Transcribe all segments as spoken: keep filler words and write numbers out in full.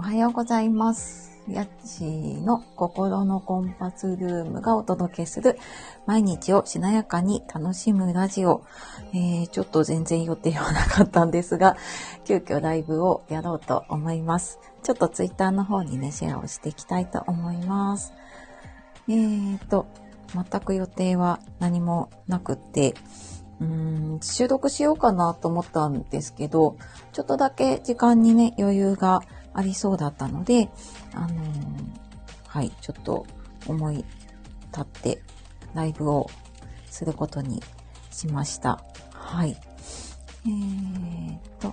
はようございます。やっちーの心のコンパスルームがお届けする毎日をしなやかに楽しむラジオ。えー、ちょっと全然予定はなかったんですが、急遽ライブをやろうと思います。ちょっとツイッターの方にね、シェアをしていきたいと思います。えーと、全く予定は何もなくって、うーん収録しようかなと思ったんですけど、ちょっとだけ時間にね、余裕がありそうだったので、あのー、はい、ちょっと思い立ってライブをすることにしました。はい。えーと。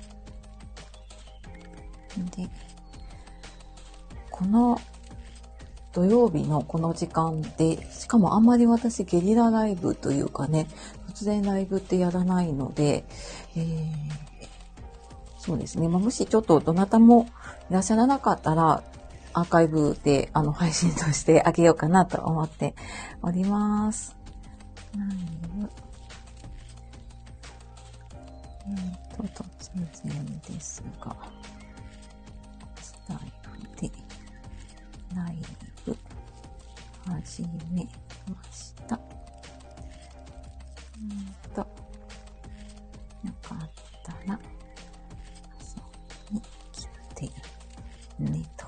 で、この土曜日のこの時間で、しかもあんまり私ゲリラライブというかね、突然ライブってやらないので、えー、そうですね。まあ、もしちょっとどなたもいらっしゃらなかったら、アーカイブであの配信としてあげようかなと思っております。ライブ。えーと、突然ですが、スタイルでライブ始めました。うんと、よかったら、遊びに来てねと。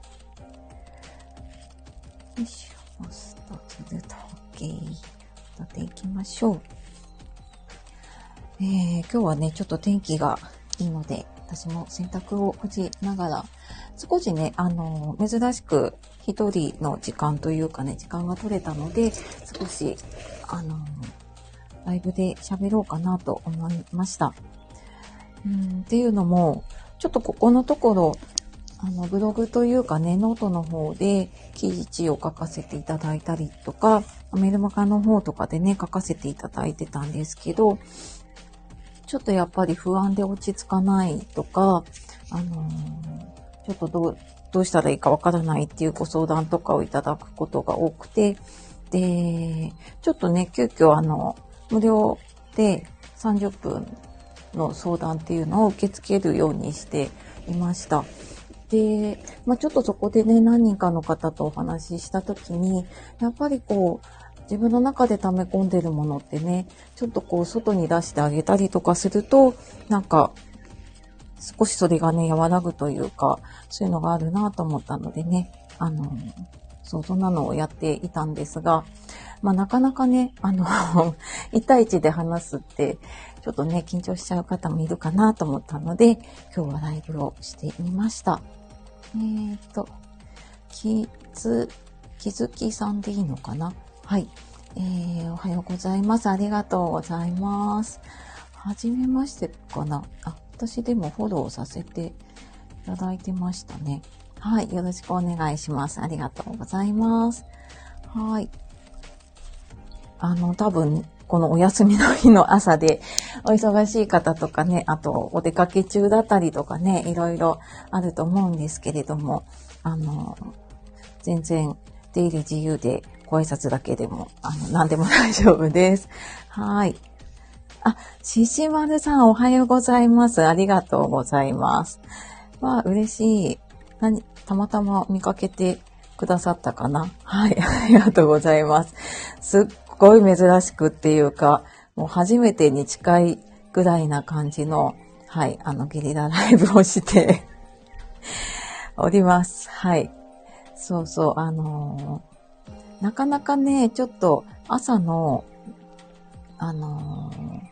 よいしょ、押すとずっと OK。撮っていきましょう。えー、今日はね、ちょっと天気がいいので、私も洗濯を干しながら、少しね、あの、珍しく一人の時間というかね、時間が取れたので、少し、あの、ライブで喋ろうかなと思いました。うん、っていうのも、ちょっとここのところ、あの、ブログというかね、ノートの方で記事を書かせていただいたりとか、メルマガの方とかでね、書かせていただいてたんですけど、ちょっとやっぱり不安で落ち着かないとか、あのー、ちょっとどう、どうしたらいいかわからないっていうご相談とかをいただくことが多くて、で、ちょっとね、急遽あの、無料でさんじゅっぷんの相談っていうのを受け付けるようにしていました。で、まあ、ちょっとそこでね、何人かの方とお話ししたときに、やっぱりこう、自分の中で溜め込んでるものってね、ちょっとこう、外に出してあげたりとかすると、なんか、少しそれがね、和らぐというか、そういうのがあるなと思ったのでね、あの、そう、そんなのをやっていたんですが、まあ、なかなかね、あの、一対一で話すって、ちょっとね、緊張しちゃう方もいるかなと思ったので、今日はライブをしてみました。えーと、きつ、きづきさんでいいのかな？はい。えー、おはようございます。ありがとうございます。はじめましてかな？あ、私でもフォローさせていただいてましたね。はい。よろしくお願いします。ありがとうございます。はい。あの、多分、このお休みの日の朝で、お忙しい方とかね、あと、お出かけ中だったりとかね、いろいろあると思うんですけれども、あの、全然出入り自由で、ご挨拶だけでも、あの、何でも大丈夫です。はい。あ、ししまるさんおはようございます。ありがとうございます。わあ、嬉しい。何、たまたま見かけてくださったかな？はい、ありがとうございます。すっごい珍しくっていうか、もう初めてに近いぐらいな感じの、はい、あの、ゲリラライブをしております。はい。そうそう、あのー、なかなかね、ちょっと朝の、あのー、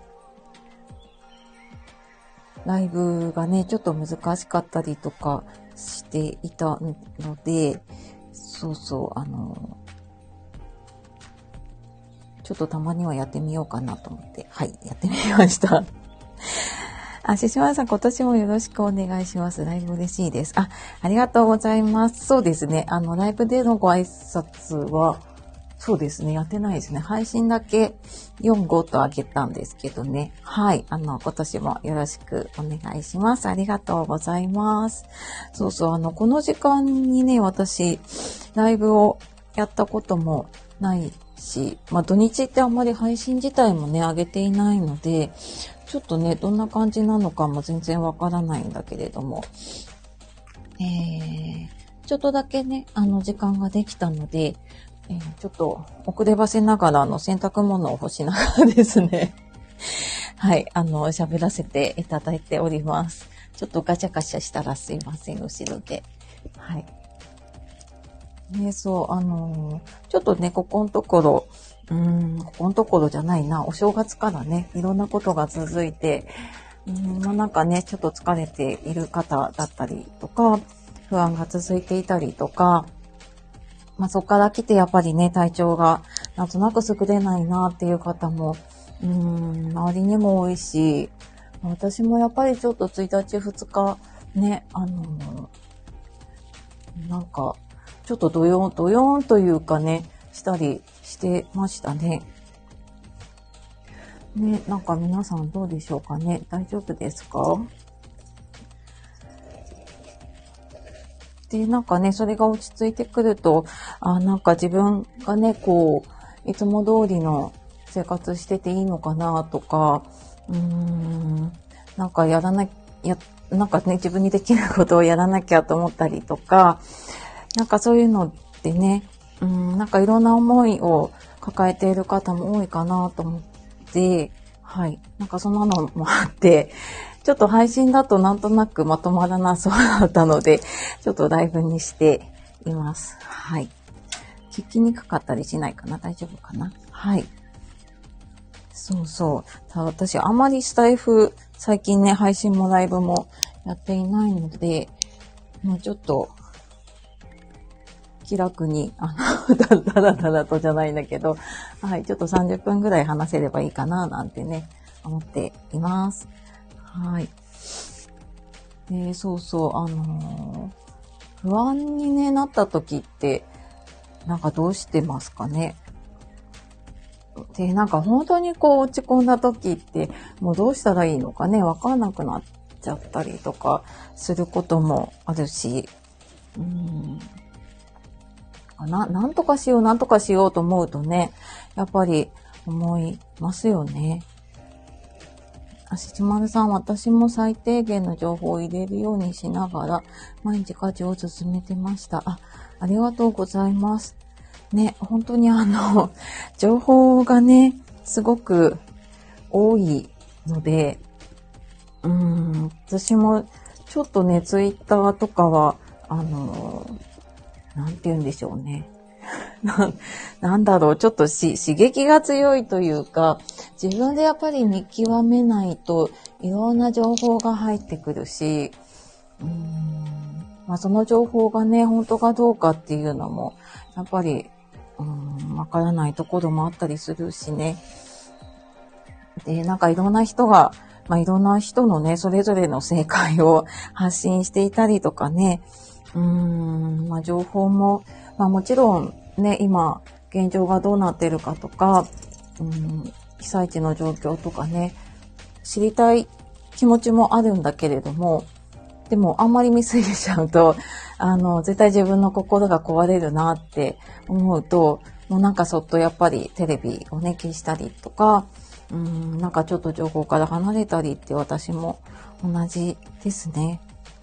ライブがね、ちょっと難しかったりとかしていたので、そうそう、あのー、ちょっとたまにはやってみようかなと思って、はい、やってみました。あ、ししまるさん、今年もよろしくお願いします。ライブ嬉しいです。あ、ありがとうございます。そうですね。あの、ライブでのご挨拶は、そうですね。やってないですね。配信だけよん、ごとあげたんですけどね。はい。あの、今年もよろしくお願いします。ありがとうございます。そうそう。あの、この時間にね、私、ライブをやったこともないし、まあ、土日ってあんまり配信自体もね、上げていないので、ちょっとね、どんな感じなのかも全然わからないんだけれども、 えー、ちょっとだけね、あの時間ができたので、えー、ちょっと遅ればせながらの洗濯物を干しながらですね。はい、あの、喋らせていただいております。ちょっとガチャガチャしたらすいません、後ろで。はい。ね、そう、あのー、ちょっとね、ここのところ、うーん、ここのところじゃないな、お正月からね、いろんなことが続いて、うん、まあ、なんかね、ちょっと疲れている方だったりとか、不安が続いていたりとか、まあ、そこから来てやっぱりね、体調がなんとなく優れないなっていう方も、うーん、周りにも多いし、私もやっぱりちょっとついたちふつか、ね、あの、なんか、ちょっとドヨーン、ドヨーンというかね、したりしてましたね。ね、なんか皆さんどうでしょうかね。大丈夫ですか？で、なんかね、それが落ち着いてくると、あ、なんか自分がね、こう、いつも通りの生活してていいのかなとか、うーん、なんかやらな、や、なんかね、自分にできることをやらなきゃと思ったりとか、なんかそういうのってね、うん、なんかいろんな思いを抱えている方も多いかなと思って、はい。なんかそんなのもあって、ちょっと配信だとなんとなくまとまらなそうだったので、ちょっとライブにしています。はい。聞きにくかったりしないかな？大丈夫かな？はい。そうそう。ただ私、あまりスタイフ、最近ね、配信もライブもやっていないので、もうちょっと、気楽に、あの、だらだらとじゃないんだけど、はい、ちょっとさんじゅっぷんぐらい話せればいいかな、なんてね、思っています。はい。で、そうそう、あのー、不安に、ね、なった時って、なんかどうしてますかね。で、なんか本当にこう落ち込んだ時って、もうどうしたらいいのかね、わからなくなっちゃったりとかすることもあるし、うーんな、なんとかしよう、なんとかしようと思うとね、やっぱり思いますよね。あしちまるさん、私も最低限の情報を入れるようにしながら、毎日家事を進めてました。あ、ありがとうございます。ね、本当にあの、情報がね、すごく多いので、うーん、私もちょっとね、ツイッターとかは、あの、なんて言うんでしょうね。な, なんだろう、ちょっとし刺激が強いというか、自分でやっぱり見極めないといろんな情報が入ってくるし、うーん、まあ、その情報がね、本当かどうかっていうのも、やっぱり、うーん、わからないところもあったりするしね。で、なんかいろんな人が、まあ、いろんな人のね、それぞれの正解を発信していたりとかね、うーん、まあ、情報も、まあ、もちろんね、今、現状がどうなっているかとか、うん、被災地の状況とかね、知りたい気持ちもあるんだけれども、でもあんまり見過ぎちゃうと、あの、絶対自分の心が壊れるなって思うと、もうなんかそっとやっぱりテレビをね、消したりとか、うん、なんかちょっと情報から離れたりって私も同じですね。うん。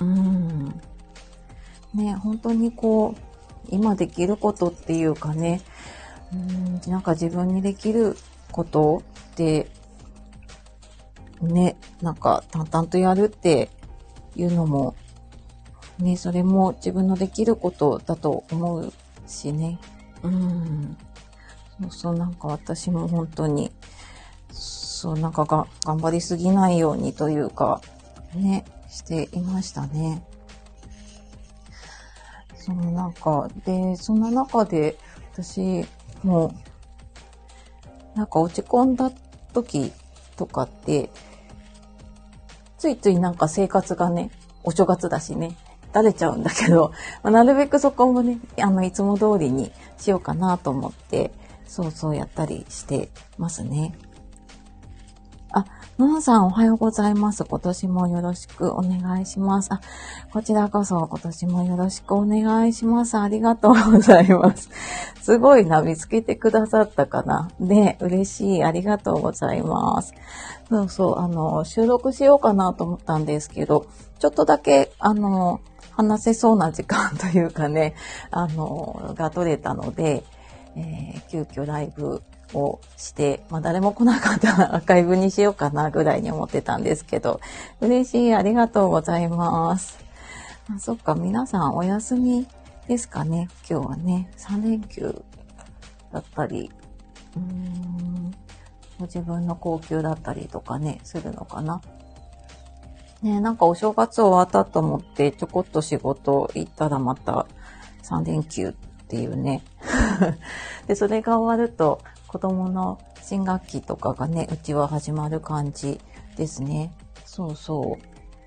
ね、本当にこう、今できることっていうかね、うーん、なんか自分にできることって、ね、なんか淡々とやるっていうのも、ね、それも自分のできることだと思うしね。うん。そうそう、なんか私も本当に、そう、なんかが頑張りすぎないようにというか、ね、していましたね。そのなんか、で、そんな中で、私、もう、なんか落ち込んだ時とかって、ついついなんか生活がね、お正月だしね、だれちゃうんだけど、まあ、なるべくそこもね、あの、いつも通りにしようかなと思って、そうそうやったりしてますね。 あ、のんさんおはようございます。今年もよろしくお願いします。あ、こちらこそ今年もよろしくお願いします。ありがとうございます。すごいな、見つけてくださったかな。ね、嬉しい。ありがとうございます。そうそう、あの、収録しようかなと思ったんですけど、ちょっとだけ、あの、話せそうな時間というかね、あの、が取れたので、えー、急遽ライブをして、まあ誰も来なかったらアーカイブにしようかなぐらいに思ってたんですけど、嬉しい、ありがとうございます。あ、そっか、皆さんお休みですかね、今日はね、さん連休だったり、うーん、ご自分の高級だったりとかね、するのかな。ね、なんかお正月終わったと思ってちょこっと仕事行ったらまたさん連休っていうね。で、それが終わると子供の新学期とかがね、うちは始まる感じですね。そうそう。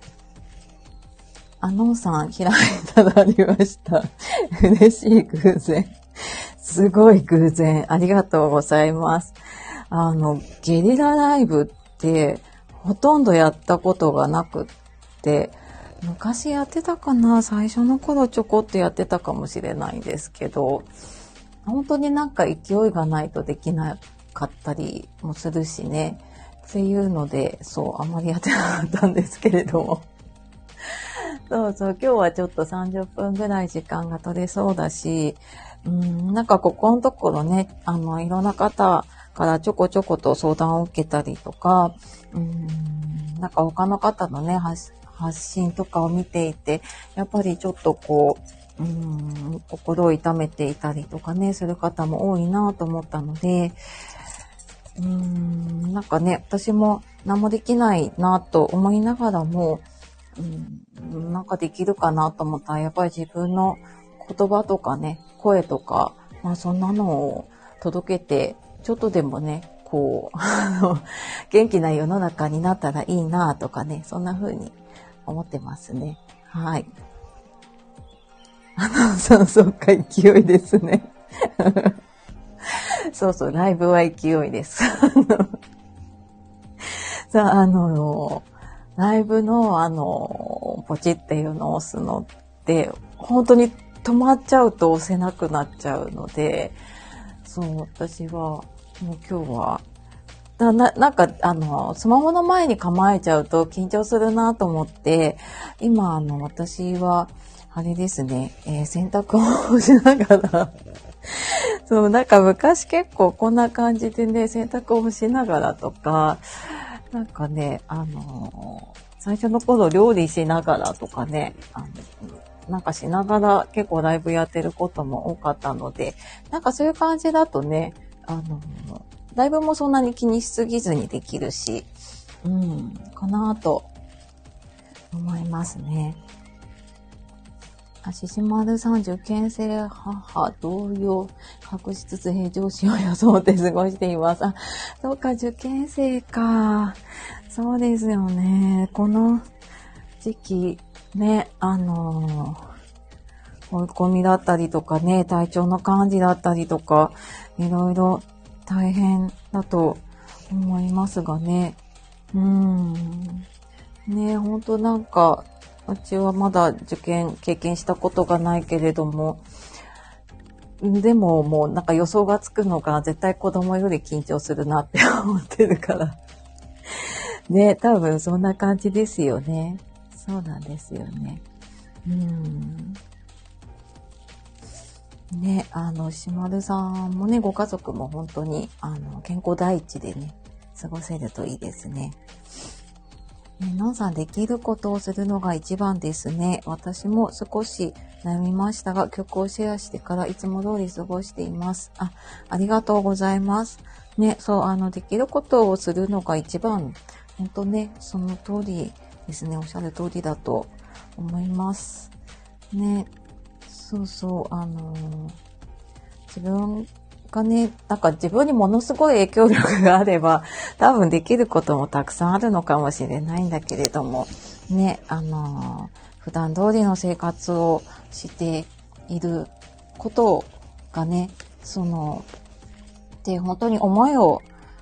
あのんさん、開いたらありました。嬉しい偶然。すごい偶然。ありがとうございます。あの、ゲリラライブってほとんどやったことがなくって、昔やってたかな、最初の頃ちょこっとやってたかもしれないんですけど、本当になんか勢いがないとできなかったりもするしね。っていうので、そう、あまりやってなかったんですけれども。そうそう、今日はちょっとさんじゅっぷんぐらい時間が取れそうだし、うん、なんかここのところね、あの、いろんな方からちょこちょこと相談を受けたりとか、うん、なんか他の方のね、発発信とかを見ていて、やっぱりちょっとこう、うん、心を痛めていたりとかね、する方も多いなと思ったので、うーん、なんかね、私も何もできないなと思いながらも、うん、なんかできるかなと思ったら、やっぱり自分の言葉とかね、声とか、まあそんなのを届けて、ちょっとでもね、こう、あの、元気な世の中になったらいいなとかね、そんな風に思ってますね。はい。あの、そうそうか、勢いですね。そうそう、ライブは勢いです。さあ、あの、ライブの、あの、ポチっていうのを押すのって、本当に止まっちゃうと押せなくなっちゃうので、そう、私は、もう今日は、だな、なんか、あの、スマホの前に構えちゃうと緊張するなと思って、今、あの、私は、あれですね、えー、洗濯をしながら、そう、なんか昔結構こんな感じでね、洗濯をしながらとか、なんかね、あのー、最初の頃料理しながらとかね、あの、なんかしながら結構ライブやってることも多かったので、なんかそういう感じだとね、あのー、ライブもそんなに気にしすぎずにできるし、うん、かなと思いますね。あ、ししまるさん、受験生母同様、隠しつつ平常心を装って過ごしています。あ、そうか、受験生か。そうですよね。この時期、ね、あのー、追い込みだったりとかね、体調の管理だったりとか、いろいろ大変だと思いますがね。うーん。ね、ほんとなんか、うちはまだ受験経験したことがないけれども、でももうなんか予想がつくのが絶対子供より緊張するなって思ってるから。ね、多分そんな感じですよね。そうなんですよね。うん。ね、あの、しまるさんもね、ご家族も本当に、あの、健康第一でね、過ごせるといいですね。ね、のんさん、できることをするのが一番ですね。私も少し悩みましたが、曲をシェアしてからいつも通り過ごしています。あ、ありがとうございます。ね、そう、あの、できることをするのが一番、本当ね、その通りですね。おっしゃる通りだと思います。ね、そうそう、あのー、自分がね、なんか自分にものすごい影響力があれば、多分できることもたくさんあるのかもしれないんだけれども、ね、あのー、普段通りの生活をしていることがね、その、で、本当に思いを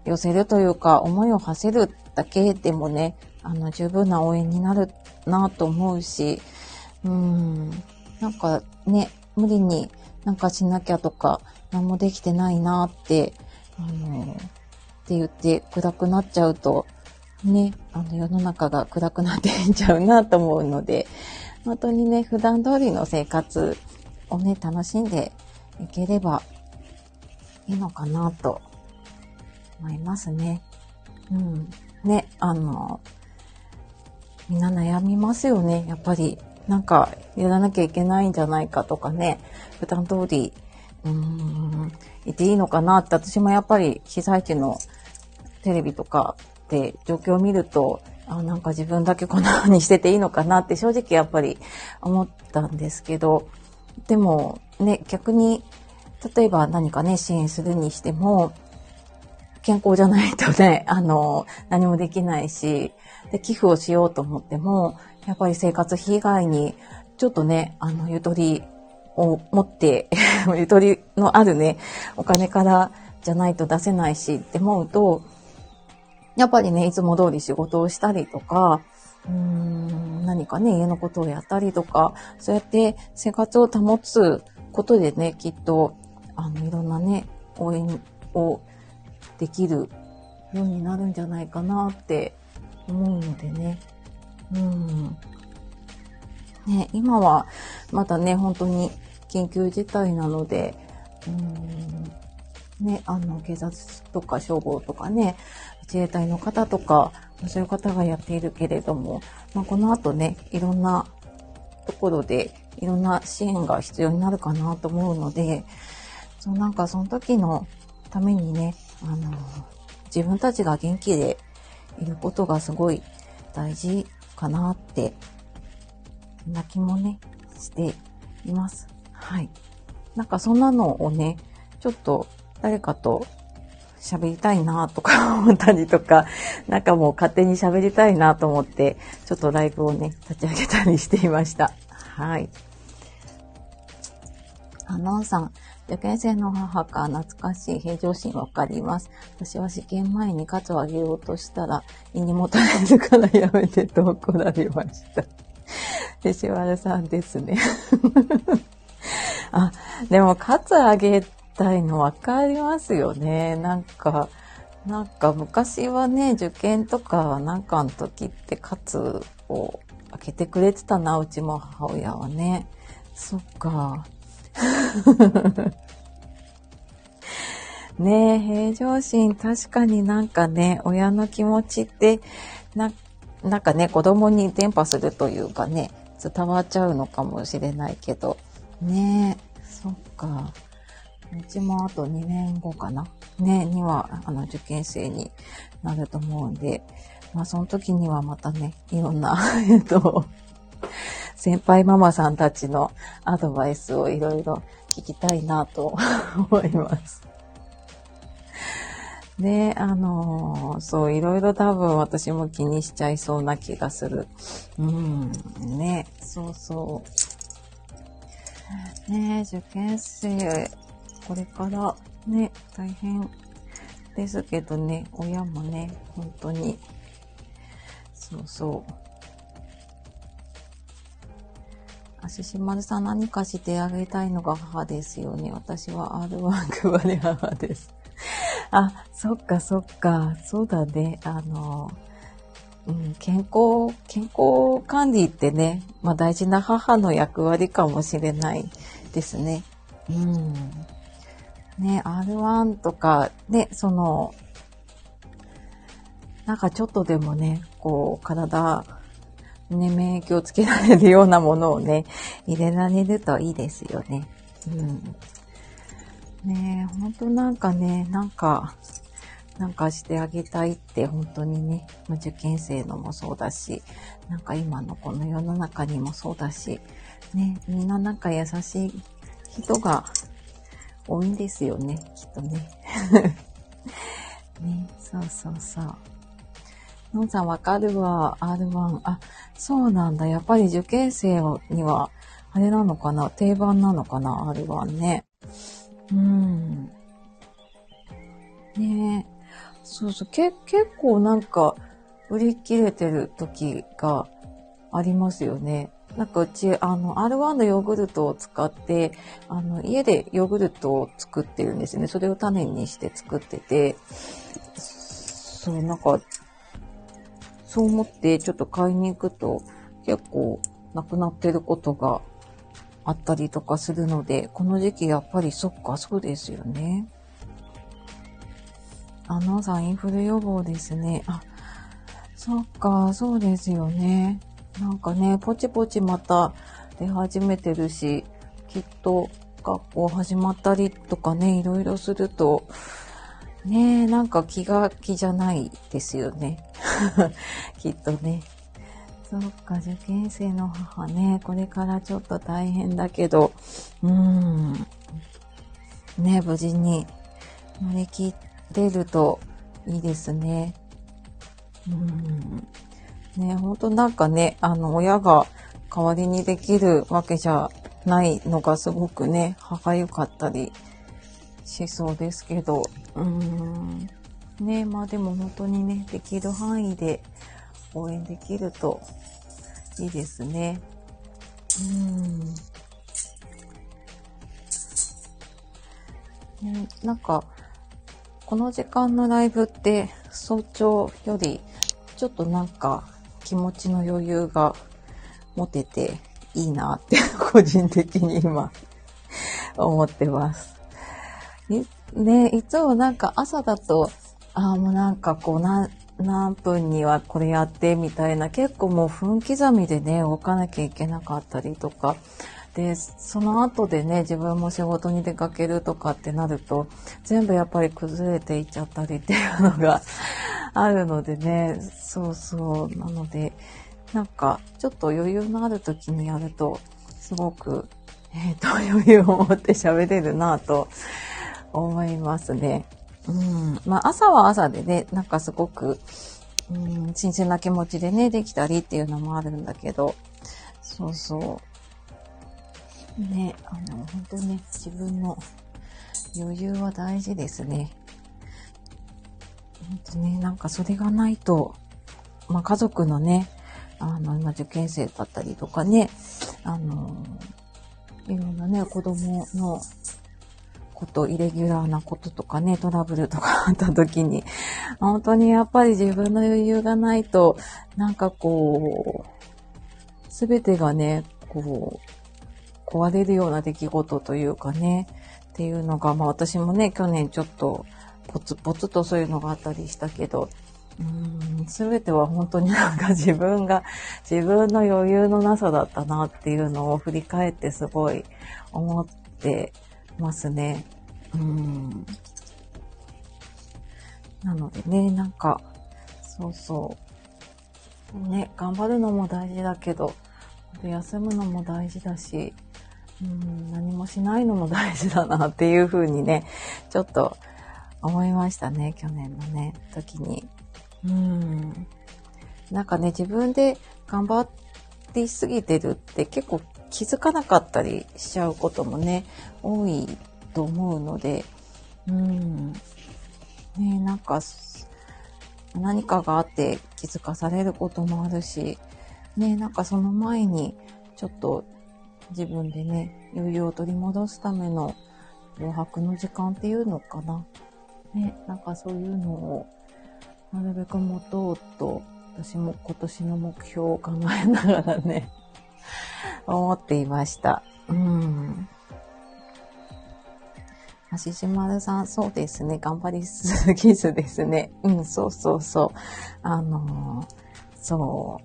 寄せるというか、思いを馳せるだけでもね、あの、十分な応援になるなと思うし、うーん、なんかね、無理になんかしなきゃとか、何もできてないなって、あの、って言って暗くなっちゃうと、ね、あの世の中が暗くなっていっちゃうなと思うので、本当にね、普段通りの生活をね、楽しんでいければいいのかなと思いますね。うん。ね、あの、みんな悩みますよね。やっぱり、なんか、やらなきゃいけないんじゃないかとかね、普段通り、うーん、いていいのかなって、私もやっぱり被災地のテレビとかで状況を見ると、あ、なんか自分だけこんな風にしてていいのかなって正直やっぱり思ったんですけど、でもね、逆に、例えば何かね、支援するにしても、健康じゃないとね、あの、何もできないし、で、寄付をしようと思っても、やっぱり生活費以外に、ちょっとね、あの、ゆとりを持って、ゆとりのあるね、お金からじゃないと出せないしって思うと、やっぱりね、いつも通り仕事をしたりとか、うーん、何かね、家のことをやったりとか、そうやって生活を保つことでね、きっと、あの、いろんなね、応援をできるようになるんじゃないかなって思うのでね。うん。ね、今はまだね、本当に緊急事態なので、うーん、ね、あの、警察とか消防とかね、自衛隊の方とか、そういう方がやっているけれども、まあ、この後ね、いろんなところでいろんな支援が必要になるかなと思うので、そうなんかその時のためにね、あの、自分たちが元気でいることがすごい大事かなって、そんな気もね、しています。はい。なんかそんなのをね、ちょっと誰かと喋りたいなとか思ったりとか、なんかもう勝手に喋りたいなと思って、ちょっとライブをね、立ち上げたりしていました。はい。あのんさん、受験生の母か懐かしい平常心わかります。私は試験前にカツをあげようとしたら、胃にもたれるからやめてと怒られました。石原さんですね。あ、でもカツあげたいのわかりますよね。なんか、なんか昔はね、受験とかなんかの時ってカツを開けてくれてたな、うちも母親はね。そっか。ねえ、平常心、確かになんかね、親の気持ちって、な、なんかね、子供に伝播するというかね、伝わっちゃうのかもしれないけど、ねえ、そっか。うちもあとにねんごかな。ね、には、あの、受験生になると思うんで、まあ、その時にはまたね、いろんな、えっと、先輩ママさんたちのアドバイスをいろいろ聞きたいなと思います。ね、あのー、そう、いろいろ多分私も気にしちゃいそうな気がする。うん、ね、そうそう。ね、受験生、これからね、大変ですけどね、親もね、本当に、そうそう。あししまるさん、何かしてあげたいのが母ですよね。私は アールワン 配り母です。あ、そっかそっか。そうだね。あの、うん、健康、健康管理ってね、まあ大事な母の役割かもしれないですね。うん。ね、アールワン とか、ね、その、なんかちょっとでもね、こう、体、ね、免疫をつけられるようなものをね、入れられるといいですよね。うん。ねえ、ほんとなんかね、なんか、なんかしてあげたいって本当にね、受験生のもそうだし、なんか今のこの世の中にもそうだし、ね、みんななんか優しい人が多いんですよね、きっとね。ね、そうそうそう。のんさんわかるわ、アールワン。あ、そうなんだ。やっぱり受験生には、あれなのかな、定番なのかな、アールワン ね。うん。ねえ。 そうそう、け、結構なんか、売り切れてる時がありますよね。なんかうち、あの、アールワン のヨーグルトを使って、あの、家でヨーグルトを作ってるんですね。それを種にして作ってて、そう、なんか、そう思ってちょっと買いに行くと、結構なくなってることがあったりとかするので、この時期やっぱりそっか、そうですよね。あのさん、インフル予防ですね。あ、そっか、そうですよね。なんかね、ポチポチまた出始めてるし、きっと学校始まったりとかね、いろいろすると、ねえ、なんか気が気じゃないですよね。きっとね。そっか、受験生の母ね、これからちょっと大変だけど、うーん。ね、無事に乗り切れるといいですね。うーん。ね、ほんとなんかね、あの、親が代わりにできるわけじゃないのがすごくね、歯がゆかったりしそうですけど、うーん。ね、まあでも本当にね、できる範囲で応援できるといいですね。うーん。ね、なんか、この時間のライブって早朝よりちょっとなんか気持ちの余裕が持てていいなって個人的に今思ってます。いね、いつもなんか朝だと、ああもうなんかこう何、何分にはこれやってみたいな、結構もう分刻みでね、動かなきゃいけなかったりとか、で、その後でね、自分も仕事に出かけるとかってなると、全部やっぱり崩れていっちゃったりっていうのがあるのでね、そうそう、なので、なんか、ちょっと余裕のある時にやると、すごく、えっと、余裕を持って喋れるなぁと思いますね。うん。まあ、朝は朝でね、なんかすごく、うん、新鮮な気持ちでね、できたりっていうのもあるんだけど、そうそう。ね、あの、本当ね、自分の余裕は大事ですね。本当ね、なんかそれがないと、まあ、家族のね、あの、今受験生だったりとかね、あの、いろんなね、子供のこと、イレギュラーなこととかね、トラブルとかあった時に、本当にやっぱり自分の余裕がないと、なんかこう、すべてがね、こう、壊れるような出来事というかね、っていうのが、まあ私もね、去年ちょっと、ポツポツとそういうのがあったりしたけど、うーん、すべては本当になんか自分が、自分の余裕のなさだったなっていうのを振り返ってすごい思ってますね。うーん。なのでね、なんか、そうそう。ね、頑張るのも大事だけど、休むのも大事だし、うん、何もしないのも大事だなっていう風にね、ちょっと思いましたね、去年のね、時に。うん。なんかね、自分で頑張りすぎてるって結構気づかなかったりしちゃうこともね、多いと思うので、うん。ね、なんか、何かがあって気づかされることもあるし、ね、なんかその前にちょっと自分でね、余裕を取り戻すための余白の時間っていうのかな。ね、なんかそういうのをなるべく持とうと、私も今年の目標を考えながらね、思っていました。うん。ししまるさん、そうですね。頑張りすぎずですね。うん、そうそうそう。あのー、そう。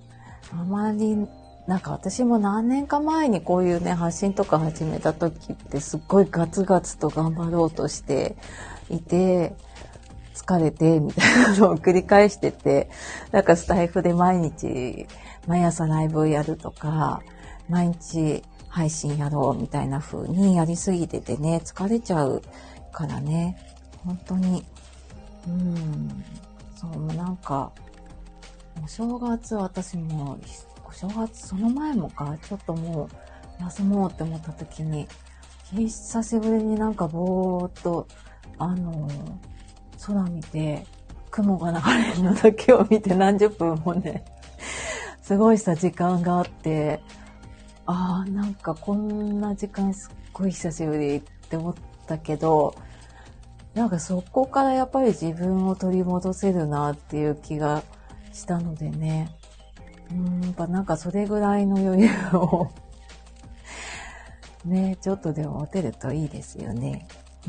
あまり、なんか私も何年か前にこういうね、発信とか始めた時ってすっごいガツガツと頑張ろうとしていて、疲れて、みたいなのを繰り返してて、なんかスタイフで毎日、毎朝ライブをやるとか、毎日配信やろうみたいな風にやりすぎててね、疲れちゃうからね、本当に、うん、そう、なんか、お正月私も、お正月その前もか、ちょっともう休もうって思った時に、久しぶりになんかぼーっと、あの、空見て、 雲が流れるのだけを見て何十分もね、過ごした時間があって、ああ、なんかこんな時間すっごい久しぶりって思ったけど、なんかそこからやっぱり自分を取り戻せるなっていう気がしたのでね。うーん、やっぱなんかそれぐらいの余裕をね、ちょっとでも持てるといいですよね。うん。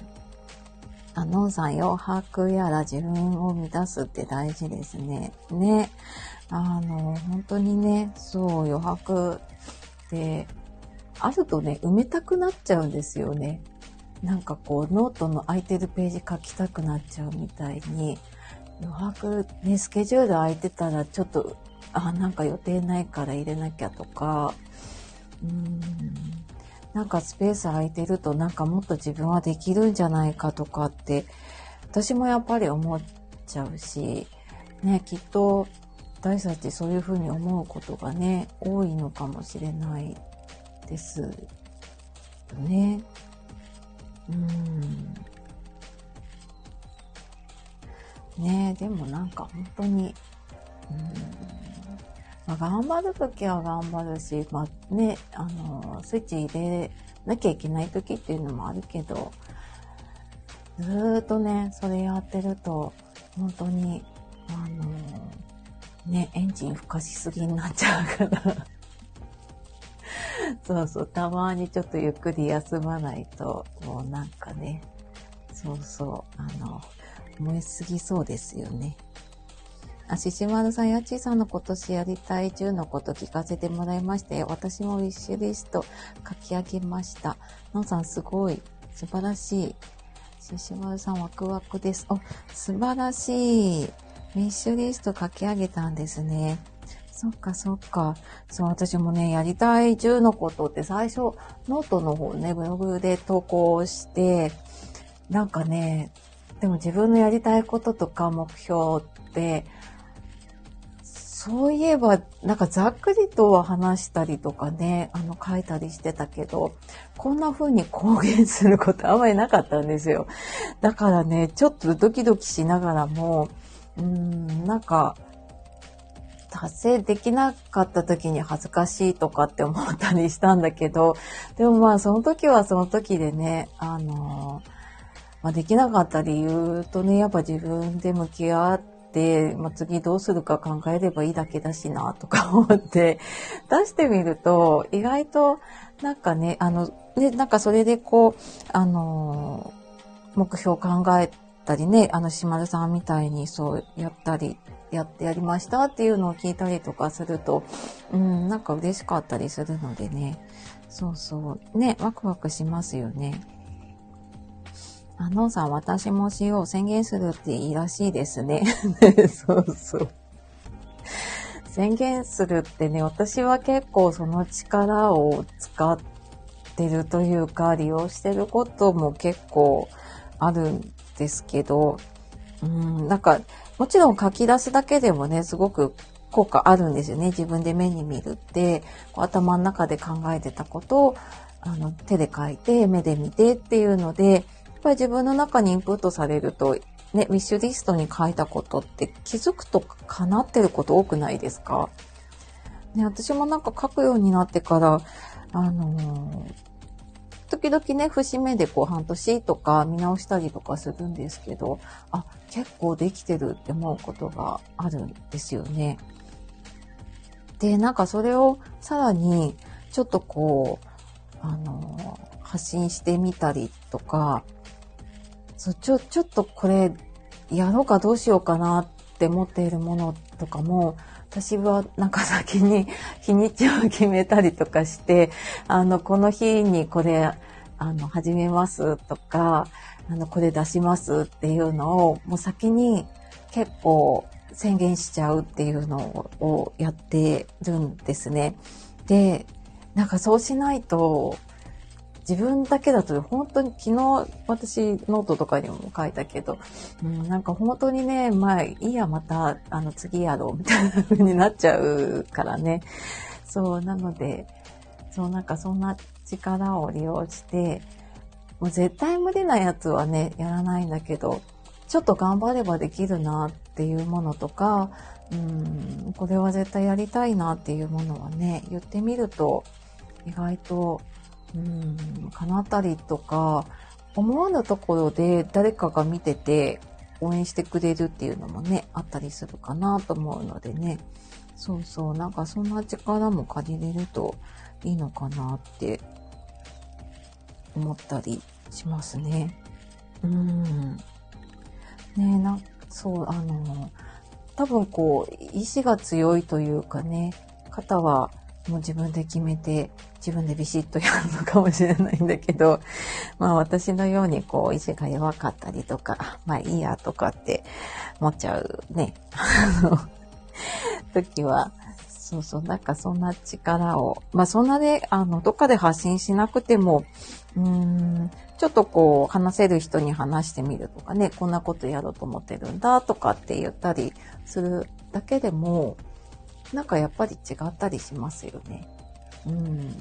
あ、のんさん、余白やら自分を満たすって大事ですね。ね。あの、本当にね、そう、余白ってあるとね、埋めたくなっちゃうんですよね。なんかこう、ノートの空いてるページ書きたくなっちゃうみたいに、余白ね、スケジュール空いてたらちょっと、あ、なんか予定ないから入れなきゃとか、うーん、なんかスペース空いてるとなんかもっと自分はできるんじゃないかとかって、私もやっぱり思っちゃうし、ね、きっと私たちそういうふうに思うことがね、多いのかもしれないですよね。うーん。ねえ、でもなんか本当に、うーん、まあ、頑張るときは頑張るし、まあね、あの、スイッチ入れなきゃいけないときっていうのもあるけど、ずーっとね、それやってると、本当に、あの、ね、エンジンふかしすぎになっちゃうから、そうそう、たまにちょっとゆっくり休まないと、もうなんかね、そうそう、あの、燃えすぎそうですよね。あ、ししまるさん、やちさんの今年やりたいじゅうのこと聞かせてもらいまして、私もウィッシュリスト書き上げました。のんさん、すごい。素晴らしい。ししまるさん、ワクワクです。お、素晴らしい。ウィッシュリスト書き上げたんですね。そっかそっか。そう、私もね、やりたいじゅうのことって最初、ノートの方ね、ブログで投稿して、なんかね、でも自分のやりたいこととか目標って、そういえば、なんかざっくりとは話したりとかね、あの書いたりしてたけど、こんな風に公言することあんまりなかったんですよ。だからね、ちょっとドキドキしながらも、うーん、なんか、達成できなかった時に恥ずかしいとかって思ったりしたんだけど、でもまあその時はその時でね、あの、まあ、できなかった理由とね、やっぱ自分で向き合って、まあ、次どうするか考えればいいだけだしなとか思って出してみると、意外となんかね、あの、ね、なんかそれでこう、あの、目標考えたりね、あの、しまるさんみたいにそうやったり、やってやりましたっていうのを聞いたりとかすると、うん、なんか嬉しかったりするのでね、そうそう、ね、ワクワクしますよね。あのさん、私もしよう宣言するっていいらしいですね。そうそう。宣言するってね、私は結構その力を使ってるというか、利用してることも結構あるんですけど、うん、なんか、もちろん書き出すだけでもね、すごく効果あるんですよね。自分で目に見るって、こう頭の中で考えてたことを、あの、手で書いて、目で見てっていうので、やっぱり自分の中にインプットされると、ね、ウィッシュリストに書いたことって気づくと叶ってること多くないですか？ね、私もなんか書くようになってから、あのー、時々ね、節目でこう半年とか見直したりとかするんですけど、あ、結構できてるって思うことがあるんですよね。で、なんかそれをさらにちょっとこう、あのー、発信してみたりとか、そう、ちょ、ちょっとこれ、やろうかどうしようかなって思っているものとかも、私はなんか先に日にちを決めたりとかして、あの、この日にこれ、あの、始めますとか、あの、これ出しますっていうのを、もう先に結構宣言しちゃうっていうのをやってるんですね。で、なんかそうしないと、自分だけだと本当に昨日私ノートとかにも書いたけど、うん、なんか本当にね、まあいいやまたあの次やろうみたいな風になっちゃうからね。そうなので、そうなんかそんな力を利用して、もう絶対無理なやつはねやらないんだけど、 ちょっと頑張ればできるなっていうものとか、うん、これは絶対やりたいなっていうものはね、言ってみると意外と、うん、叶ったりとか、思わぬところで誰かが見てて応援してくれるっていうのもね、あったりするかなと思うのでね。そうそう、なんかそんな力も借りれるといいのかなって思ったりしますね。うん。ねえ、な、そう、あの、多分こう、意志が強いというかね、方はもう自分で決めて、自分でビシッとやるのかもしれないんだけど、まあ私のようにこう、意志が弱かったりとか、まあいいやとかって思っちゃうね、あの、時は、そうそう、なんかそんな力を、まあそんなね、あの、どっかで発信しなくても、うーん、ちょっとこう、話せる人に話してみるとかね、こんなことやろうと思ってるんだとかって言ったりするだけでも、なんかやっぱり違ったりしますよね。うん。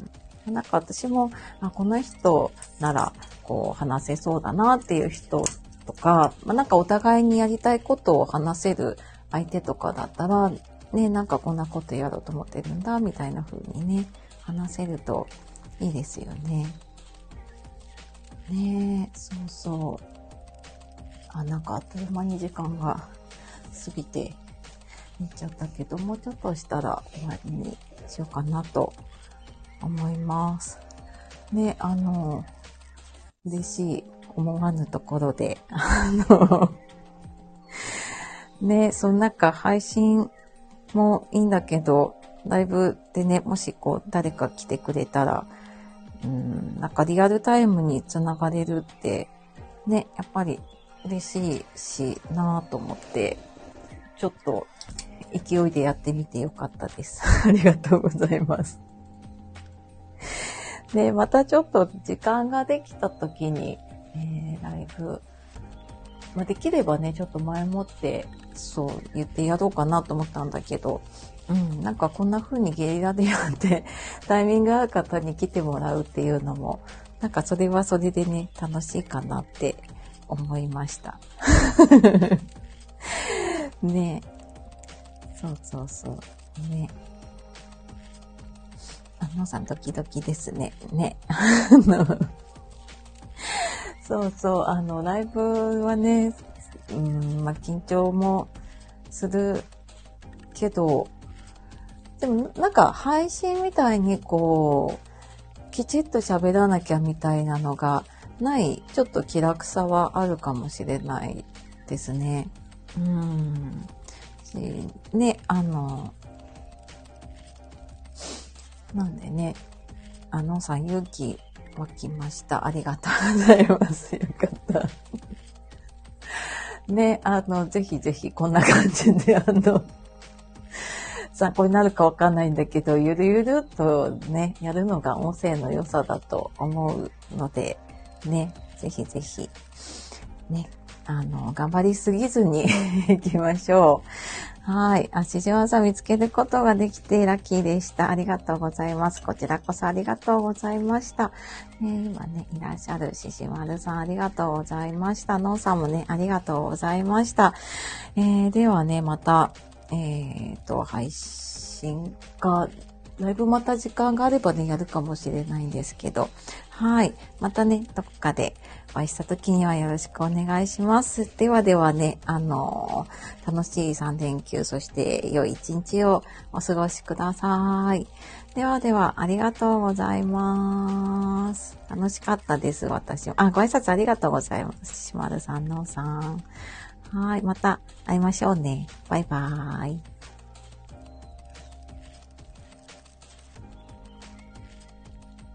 なんか私も、あ、この人なら、こう、話せそうだなっていう人とか、まあ、なんかお互いにやりたいことを話せる相手とかだったら、ね、なんかこんなことやろうと思ってるんだ、みたいな風にね、話せるといいですよね。ねえ、そうそう。あ、なんかあっという間に時間が過ぎていっちゃったけど、もうちょっとしたら終わりにしようかなと思います。ね、あの、嬉しい思わぬところで、あの、ね、その中配信もいいんだけど、ライブでね、もしこう誰か来てくれたら、うん、なんかリアルタイムにつながれるって、ね、やっぱり嬉しいしなぁと思って、ちょっと勢いでやってみてよかったです。ありがとうございます。で、またちょっと時間ができた時に、えー、ライブ、まあ、できればね、ちょっと前もって、そう言ってやろうかなと思ったんだけど、うん、なんかこんな風にゲリラでやって、タイミング合う方に来てもらうっていうのも、なんかそれはそれでね、楽しいかなって思いました。ねえ。そうそうそう。ね。あのさんドキドキですね。ね。そうそう。あの、ライブはね、うん、まあ、緊張もするけど、でもなんか配信みたいにこう、きちっと喋らなきゃみたいなのがない、ちょっと気楽さはあるかもしれないですね。うん。ね、あの、なんでね、あのさん勇気湧きました。ありがとうございます。よかった。ね、あの、ぜひぜひこんな感じで、あの、参考になるかわかんないんだけど、ゆるゆるとね、やるのが音声の良さだと思うので、ね、ぜひぜひ、ね、あの、頑張りすぎずに行きましょう。はい。あ、しじわさん見つけることができてラッキーでした。ありがとうございます。こちらこそありがとうございました。えー、今ね、いらっしゃるししまるさんありがとうございました。のんさんもね、ありがとうございました。えー、ではね、また、えっと、配信が、ライブまた時間があればね、やるかもしれないんですけど、はい。またね、どこかでお会いした時にはよろしくお願いします。ではではね、あのー、楽しいさん連休、そして良い一日をお過ごしください。ではでは、ありがとうございます。楽しかったです、私も。あ、ご挨拶ありがとうございます。しまるさん、のうさん。はい。また会いましょうね。バイバーイ。